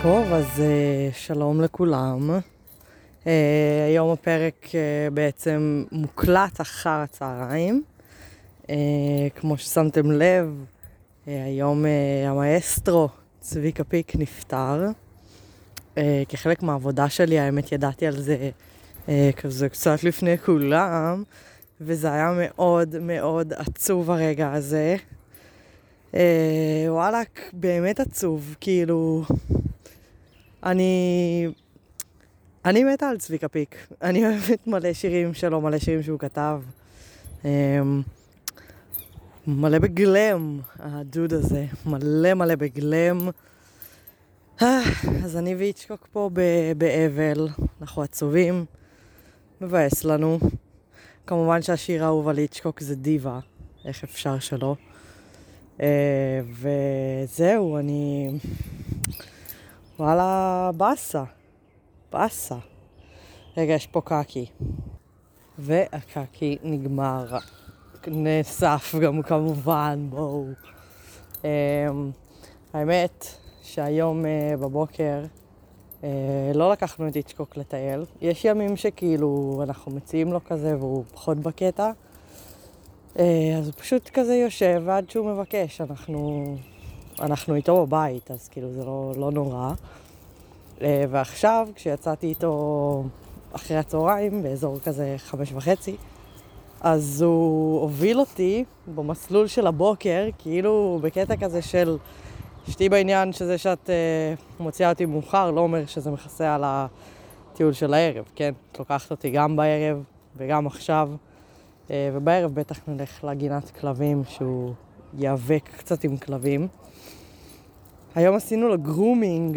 טוב, אז שלום לכולם. היום הפרק בעצם מוקלט אחר הצהריים. כמו ששמתם לב, היום המאסטרו צביקה פיק נפטר. כחלק מהעבודה שלי, האמת ידעתי על זה כזה קצת לפני כולם, וזה היה מאוד מאוד עצוב הרגע הזה. וואלק, באמת עצוב, כאילו, אני מתה על צביקה פיק. אני אוהבת מלא שירים שלו, מלא שירים שהוא כתב. מלא בגלם, הדוד הזה, מלא בגלם. אז אני ואיצ'קוק פה באבל, אנחנו עצובים, מבאס לנו. כמובן שהשיר האהוב על איצ'קוק זה דיבה, איך אפשר שלא. וזהו, וואלה, באסה. רגע, יש פה קקי. והקקי נגמר. נאסף גם כמובן, בואו. האמת שהיום בבוקר לא לקחנו את איצ'קוק לטייל. יש ימים שכאילו אנחנו מציעים לו כזה והוא פחות בקטע. אז הוא פשוט כזה יושב ועד שהוא מבקש. אנחנו איתו בבית, אז כאילו זה לא נורא. ועכשיו כשיצאתי איתו אחרי הצהריים באזור כזה 5:30, אז הוא הוביל אותי במסלול של הבוקר, כאילו בקטע כזה של שתי בעניין שזה שאת מוציאה אותי מאוחר, לא אומר שזה מכסה על הטיול של הערב, כן? את לוקחת אותי גם בערב וגם עכשיו, ובערב בטח נלך לגינת כלבים שהוא יאבק קצת עם כלבים. היום עשינו לו גרומינג,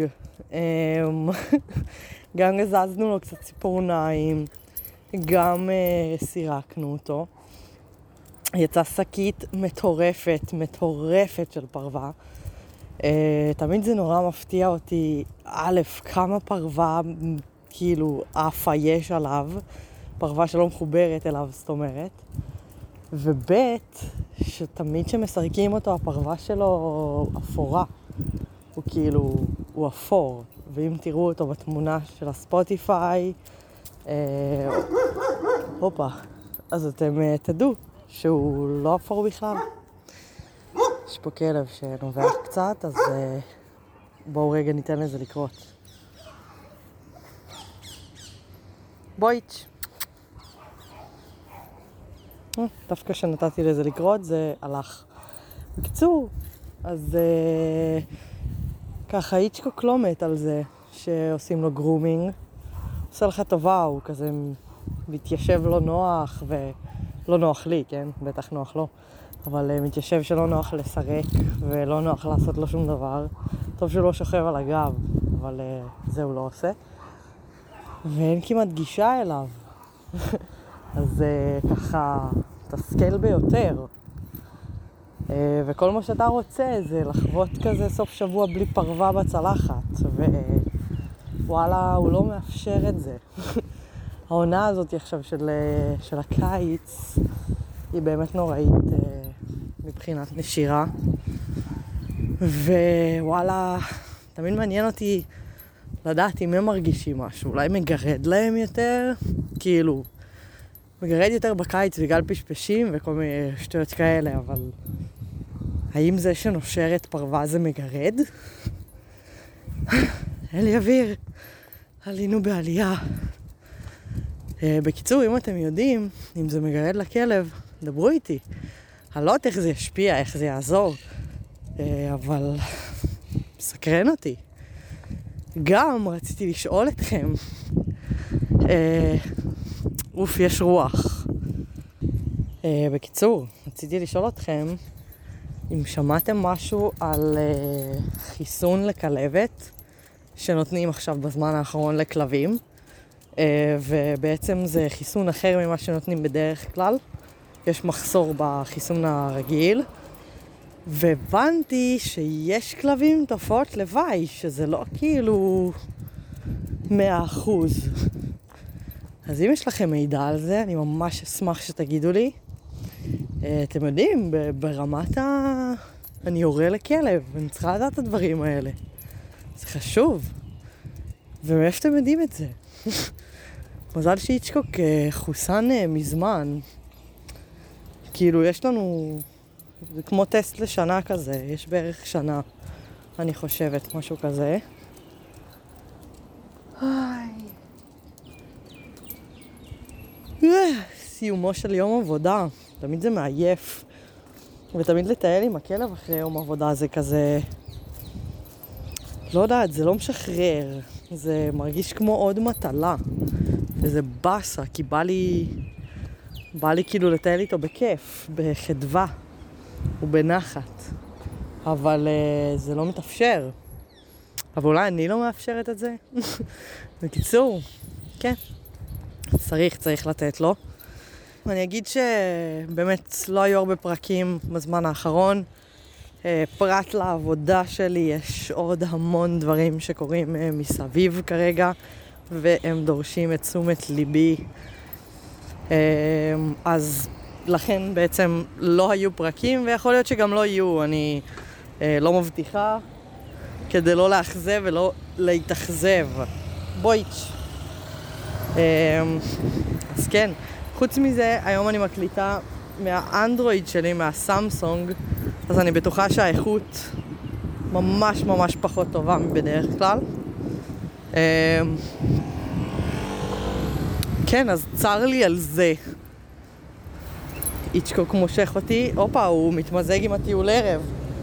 גם הזזנו לו קצת ציפורניים, גם סירקנו אותו. יצאה שקית מטורפת של פרווה. תמיד זה נורא מפתיע אותי, א', כמה פרווה כאילו אפה יש עליו, פרווה שלא מחוברת אליו, זאת אומרת. וב', שתמיד שמסרקים אותו הפרווה שלו אפורה. הוא כאילו, הוא אפור. ואם תראו אותו בתמונה של הספוטיפיי, אז אתם תדעו שהוא לא אפור בכלל. יש פה כלב שנובח קצת, אז בואו רגע ניתן לזה לקרות. בויץ'. דווקא שנתתי לזה לקרות, זה הלך. בקיצור, אז ככה איצ'קוק לא מת על זה שעושים לו גרומינג. עושה לך טובה, הוא כזה מתיישב לא נוח, ולא נוח לי, כן? בטח נוח לו. אבל מתיישב שלא נוח לסרק ולא נוח לעשות לו שום דבר. טוב שהוא לא שוכב על הגב, אבל זה הוא לא עושה. ואין כמעט גישה אליו. אז ככה תסכל ביותר. וכל מה שאתה רוצה זה לחוות כזה סוף שבוע בלי פרווה בצלחת. ווואלה, הוא לא מאפשר את זה. העונה הזאת עכשיו של הקיץ היא באמת נוראית מבחינת נשירה. ווואלה, תמיד מעניין אותי לדעת אם הם מרגישים משהו. אולי מגרד להם יותר, כאילו, מגרד יותר בקיץ בגלל פשפשים וכל מיני שטויות כאלה, אבל האם זה שנושרת פרווה זה מגרד? אלי אוויר, עלינו בעלייה. בקיצור, אם אתם יודעים, אם זה מגרד לכלב, דברו איתי. אני לא יודעת איך זה ישפיע, איך זה יעזור, אבל מסקרן אותי. גם רציתי לשאול אתכם, יש רוח. בקיצור, רציתי לשאול אתכם, אם שמעתם משהו על חיסון לכלבת, שנותנים עכשיו בזמן האחרון לכלבים, ובעצם זה חיסון אחר ממה שנותנים בדרך כלל. יש מחסור בחיסון הרגיל, והבנתי שיש כלבים תופעות לוואי, שזה לא כאילו 100%. אז אם יש לכם מידע על זה, אני ממש אשמח שתגידו לי. אתם יודעים, ברמת אני יורה לכלב, ואני צריכה לדעת את הדברים האלה. זה חשוב. ומאיפה אתם יודעים את זה? מזל שהיצ'קוק חוסן מזמן. כאילו, יש לנו... זה כמו טסט לשנה כזה, יש בערך שנה, אני חושבת, משהו כזה. סיומו של יום עבודה, תמיד זה מעייף. ותמיד לטייל עם הכלב אחרי יום עבודה זה כזה... לא יודעת, זה לא משחרר. זה מרגיש כמו עוד מטלה. וזה בסה, כי בא לי כאילו לטייל איתו בכיף, בחדווה ובנחת. אבל זה לא מתאפשר. אבל אולי אני לא מאפשרת את זה. בקיצור, כן. צריך לתת לו. אני אגיד שבאמת לא היו הרבה פרקים בזמן האחרון. פרט לעבודה שלי יש עוד המון דברים שקורים מסביב כרגע, והם דורשים את תשומת ליבי. אז לכן בעצם לא היו פרקים, ויכול להיות שגם לא יהיו. אני לא מבטיחה כדי לא לאכזב ולא להתאכזב. בויץ'. אז כן, חוץ מזה, היום אני מקליטה מהאנדרואיד שלי, מהסמסונג, אז אני בטוחה שהאיכות ממש ממש פחות טובה מבדרך כלל. כן, אז צר לי על זה. היצ'קוק מושך אותי, אופה, הוא מתמזג עם הטיול ערב.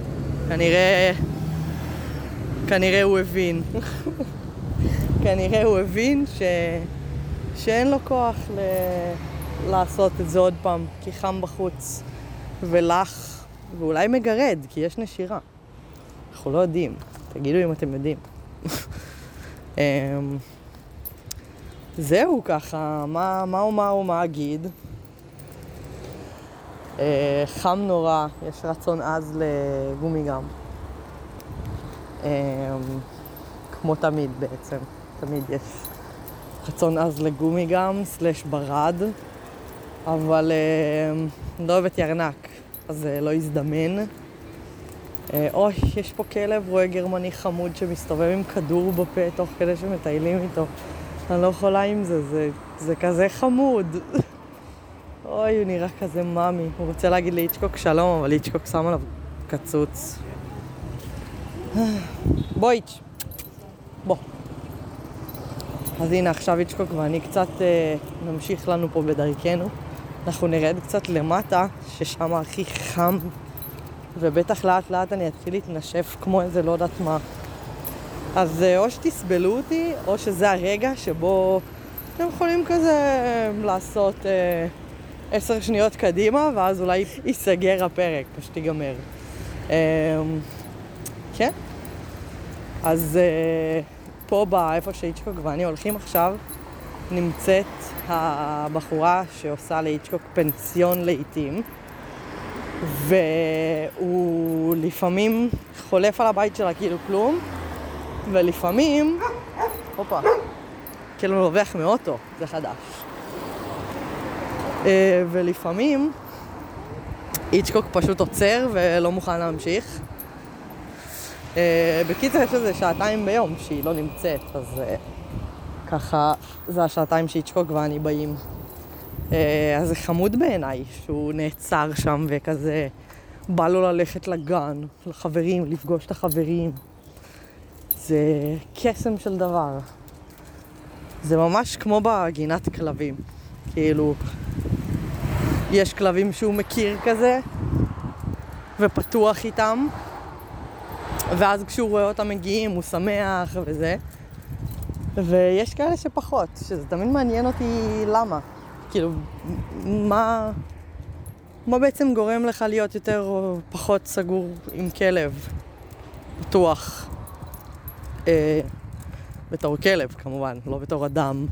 כנראה הוא הבין. כנראה הוא הבין שאין לו כוח לעשות את זה עוד פעם, כי חם בחוץ ולח, ואולי מגרד, כי יש נשירה. אנחנו לא יודעים, תגידו אם אתם יודעים. זהו ככה, מה אגיד? חם נורא, יש רצון אז לגומי גם. כמו תמיד בעצם, תמיד יש רצון אז לגומי גם, / ברד, אבל לא אוהבת ירנק, אז לא יזדמן. אוי, יש פה כלב רואה גרמני חמוד שמסתובב עם כדור בפה תוך כדי שמטיילים איתו. אני לא יכולה עם זה כזה חמוד. אוי, הוא נראה כזה מאמי. הוא רוצה להגיד ליצ'קוק שלום, אבל ליצ'קוק שם עליו קצוץ. בויץ', בוא. אז הנה, עכשיו היצ'קוק ואני קצת נמשיך לנו פה בדרכנו. אנחנו נרד קצת למטה, ששם הכי חם, ובטח לאט לאט אני אתחיל להתנשף כמו איזה לא יודעת מה. אז או שתסבלו אותי, או שזה הרגע שבו אתם יכולים כזה לעשות 10 שניות קדימה, ואז אולי ייסגר הפרק, פשוט ייגמר. כן? אז פה באיפה שהיצ'קוק ואני הולכים עכשיו, נמצאת הבחורה שעושה ליצ'קוק פנסיון לעיתים, והוא לפעמים חולף על הבית שלה כאילו כלום, ולפעמים, הופה, כאילו לובח מאוטו, זה חדש. ולפעמים היצ'קוק פשוט עוצר ולא מוכן להמשיך. בקיצר יש לזה 2 ביום שהיא לא נמצאת, אז ככה זה 2 שהיצ'קוק ואני באים. אז זה חמוד בעיניי שהוא נעצר שם וכזה בא לו ללכת לגן, לחברים, לפגוש את החברים. זה קסם של דבר. זה ממש כמו בגינת כלבים. כאילו, יש כלבים שהוא מכיר כזה ופתוח איתם, ואז כשהוא רואה אותם מגיעים הוא שמח וזה, ויש כאלה שפחות, שזה תמיד מעניין אותי למה. כאילו, מה בעצם גורם לך להיות יותר או פחות סגור עם כלב? פתוח. בתור כלב כמובן, לא בתור אדם.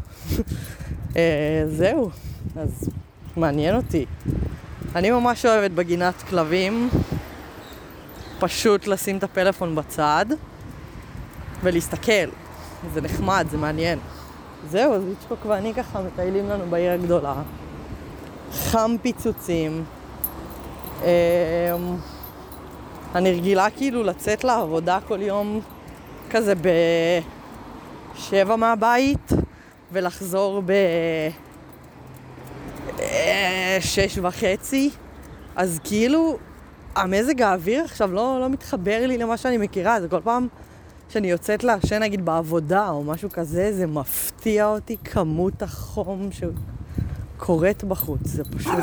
זהו, אז מעניין אותי. אני ממש אוהבת בגינת כלבים פשוט לשים את הפלאפון בצד ולהסתכל. זה נחמד, זה מעניין. זהו, אז היצ'קוק ואני ככה מטיילים לנו בעיר הגדולה. חם פיצוצים. אני רגילה כאילו לצאת לעבודה כל יום כזה ב7 מהבית, ולחזור ב6:30. אז כאילו, המזג האוויר עכשיו לא מתחבר לי למה שאני מכירה. זה כל פעם שאני יוצאת לעשן, נגיד בעבודה או משהו כזה, זה מפתיע אותי כמות החום שקורית בחוץ. זה פשוט...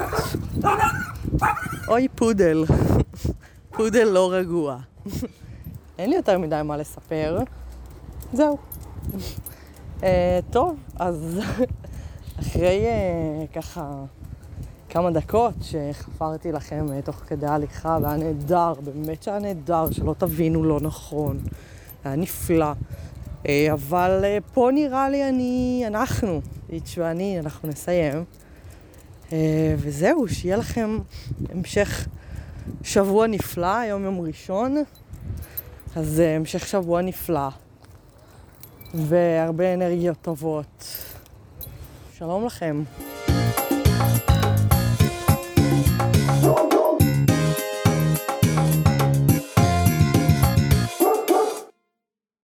אוי, פודל. פודל לא רגוע. אין לי יותר מדי מה לספר. זהו. טוב, אז אחרי ככה כמה דקות שחפרתי לכם תוך כדי ההליכה, והיה נהדר, באמת שהיה נהדר, שלא תבינו לא נכון. היה נפלא. אבל פה נראה לי אנחנו, איץ' ואני, אנחנו נסיים. וזהו, שיהיה לכם המשך שבוע נפלא, היום יום ראשון. אז המשך שבוע נפלא. והרבה אנרגיות טובות. שלום לכם.